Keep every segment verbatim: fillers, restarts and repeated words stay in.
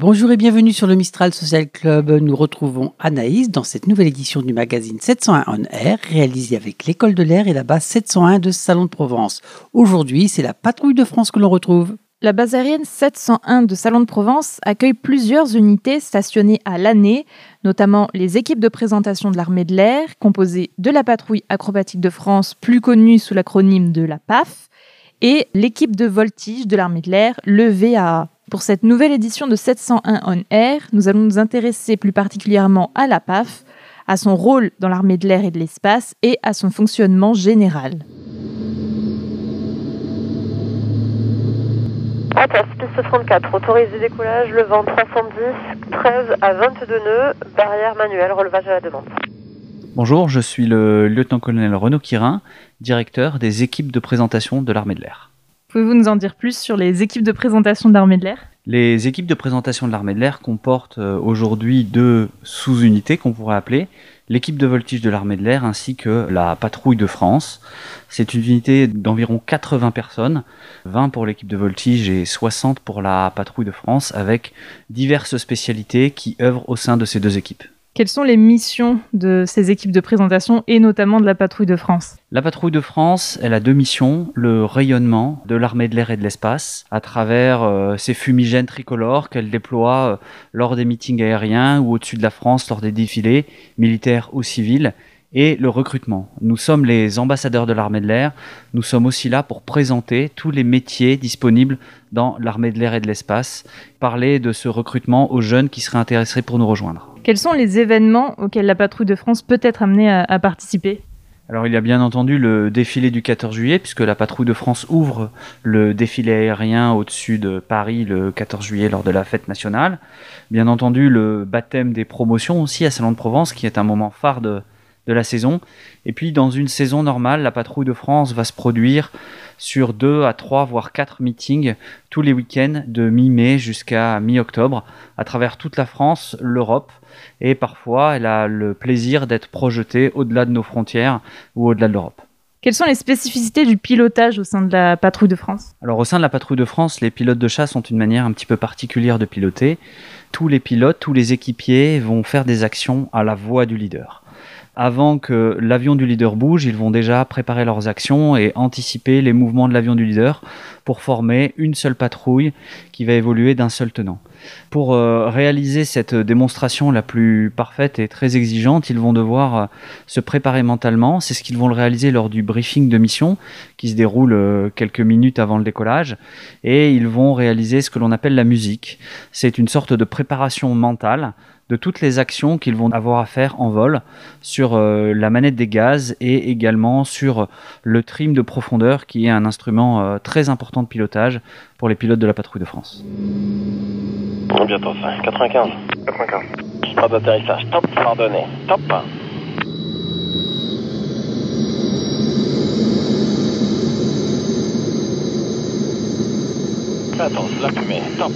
Bonjour et bienvenue sur le Mistral Social Club. Nous retrouvons Anaïs dans cette nouvelle édition du magazine sept cent un On Air, réalisée avec l'École de l'air et la base sept cent un de Salon de Provence. Aujourd'hui, c'est la Patrouille de France que l'on retrouve. La base aérienne sept cent un de Salon de Provence accueille plusieurs unités stationnées à l'année, notamment les équipes de présentation de l'armée de l'air, composées de la Patrouille acrobatique de France, plus connue sous l'acronyme de la P A F, et l'équipe de voltige de l'armée de l'air, le V A A. Pour cette nouvelle édition de sept cent un On Air, nous allons nous intéresser plus particulièrement à la P A F, à son rôle dans l'armée de l'air et de l'espace et à son fonctionnement général. Atas, piste trente-quatre, autorisé décollage, le vent trois cent dix, treize à vingt-deux nœuds, barrière manuelle, relevage à la demande. Bonjour, je suis le lieutenant-colonel Renaud Quirin, directeur des équipes de présentation de l'armée de l'air. Pouvez-vous nous en dire plus sur les équipes de présentation de l'armée de l'air ? Les équipes de présentation de l'armée de l'air comportent aujourd'hui deux sous-unités qu'on pourrait appeler l'équipe de voltige de l'armée de l'air ainsi que la patrouille de France. C'est une unité d'environ quatre-vingts personnes, vingt pour l'équipe de voltige et soixante pour la patrouille de France, avec diverses spécialités qui œuvrent au sein de ces deux équipes. Quelles sont les missions de ces équipes de présentation et notamment de la Patrouille de France ? La Patrouille de France, elle a deux missions. Le rayonnement de l'armée de l'air et de l'espace à travers euh, ses fumigènes tricolores qu'elle déploie euh, lors des meetings aériens ou au-dessus de la France lors des défilés militaires ou civils. Et le recrutement. Nous sommes les ambassadeurs de l'armée de l'air. Nous sommes aussi là pour présenter tous les métiers disponibles dans l'armée de l'air et de l'espace. Parler de ce recrutement aux jeunes qui seraient intéressés pour nous rejoindre. Quels sont les événements auxquels la Patrouille de France peut être amenée à, à participer ? Alors il y a bien entendu le défilé du quatorze juillet, puisque la Patrouille de France ouvre le défilé aérien au-dessus de Paris le quatorze juillet lors de la fête nationale. Bien entendu le baptême des promotions aussi à Salon de Provence, qui est un moment phare de de la saison. Et puis dans une saison normale, la Patrouille de France va se produire sur deux à trois voire quatre meetings tous les week-ends de mi-mai jusqu'à mi-octobre à travers toute la France, l'Europe, et parfois elle a le plaisir d'être projetée au-delà de nos frontières ou au-delà de l'Europe. Quelles sont les spécificités du pilotage au sein de la Patrouille de France ? Alors au sein de la Patrouille de France, les pilotes de chasse ont une manière un petit peu particulière de piloter. Tous les pilotes, tous les équipiers vont faire des actions à la voix du leader. Avant que l'avion du leader bouge, ils vont déjà préparer leurs actions et anticiper les mouvements de l'avion du leader pour former une seule patrouille qui va évoluer d'un seul tenant. Pour euh, réaliser cette démonstration la plus parfaite et très exigeante, ils vont devoir euh, se préparer mentalement. C'est ce qu'ils vont le réaliser lors du briefing de mission qui se déroule euh, quelques minutes avant le décollage. Et ils vont réaliser ce que l'on appelle la musique. C'est une sorte de préparation mentale de toutes les actions qu'ils vont avoir à faire en vol sur euh, la manette des gaz et également sur le trim de profondeur qui est un instrument euh, très important de pilotage pour les pilotes de la Patrouille de France. Bientôt ça, quatre-vingt-quinze. quatre-vingt-quinze. Pas d'atterrissage, top, pardonnez, top. Attends, la fumée, top.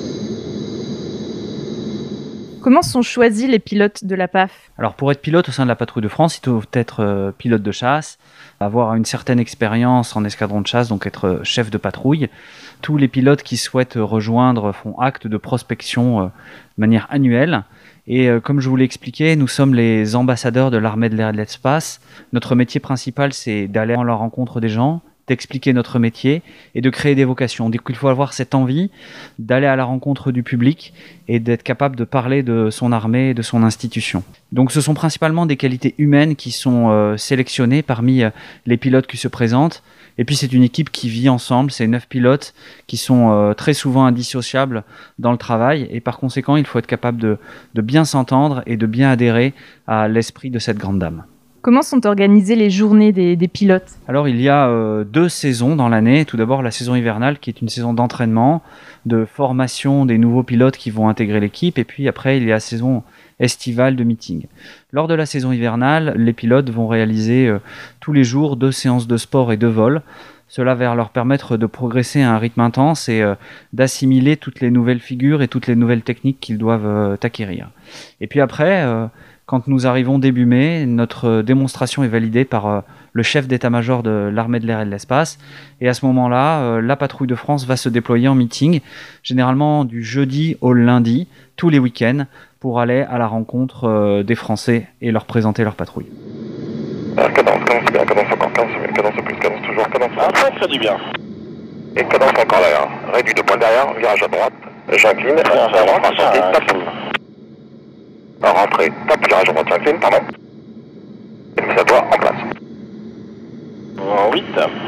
Comment sont choisis les pilotes de la P A F ? Alors pour être pilote au sein de la Patrouille de France, il faut être euh, pilote de chasse, avoir une certaine expérience en escadron de chasse, donc être chef de patrouille. Tous les pilotes qui souhaitent rejoindre font acte de prospection euh, de manière annuelle. Et euh, comme je vous l'ai expliqué, nous sommes les ambassadeurs de l'armée de l'air et de l'espace. Notre métier principal, c'est d'aller à la rencontre des gens, d'expliquer notre métier et de créer des vocations. Donc il faut avoir cette envie d'aller à la rencontre du public et d'être capable de parler de son armée et de son institution. Donc ce sont principalement des qualités humaines qui sont euh, sélectionnées parmi euh, les pilotes qui se présentent. Et puis c'est une équipe qui vit ensemble, c'est neuf pilotes qui sont euh, très souvent indissociables dans le travail et par conséquent il faut être capable de, de bien s'entendre et de bien adhérer à l'esprit de cette grande dame. Comment sont organisées les journées des, des pilotes ? Alors il y a euh, deux saisons dans l'année. Tout d'abord la saison hivernale qui est une saison d'entraînement, de formation des nouveaux pilotes qui vont intégrer l'équipe. Et puis après il y a la saison estivale de meeting. Lors de la saison hivernale, les pilotes vont réaliser euh, tous les jours deux séances de sport et de vol. Cela va leur permettre de progresser à un rythme intense et euh, d'assimiler toutes les nouvelles figures et toutes les nouvelles techniques qu'ils doivent euh, acquérir. Et puis après, euh, Quand nous arrivons début mai, notre démonstration est validée par euh, le chef d'état-major de l'armée de l'air et de l'espace. Et à ce moment-là, euh, la patrouille de France va se déployer en meeting, généralement du jeudi au lundi, tous les week-ends, pour aller à la rencontre euh, des Français et leur présenter leur patrouille. Ah, cadence, cadence bien, cadence encore, cadence, cadence plus, cadence toujours, cadence. Ah, ça, ça dit bien. Et cadence encore derrière. Réduit de poil derrière, virage à droite. J'incline, virage à droite, j'incline, tape. Rentrée, tape, virage à droite, j'incline, pardon. Et mise à doigt en place. huit.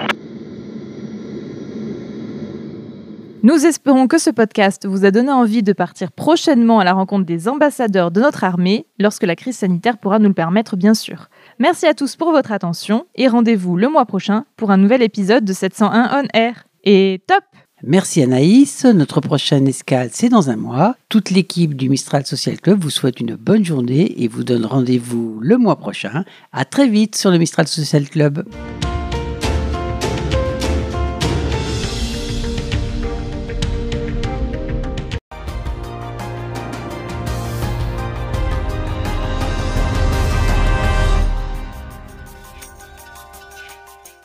Nous espérons que ce podcast vous a donné envie de partir prochainement à la rencontre des ambassadeurs de notre armée, lorsque la crise sanitaire pourra nous le permettre, bien sûr. Merci à tous pour votre attention et rendez-vous le mois prochain pour un nouvel épisode de sept cent un On Air. Et top! Merci Anaïs. Notre prochaine escale, c'est dans un mois. Toute l'équipe du Mistral Social Club vous souhaite une bonne journée et vous donne rendez-vous le mois prochain. À très vite sur le Mistral Social Club.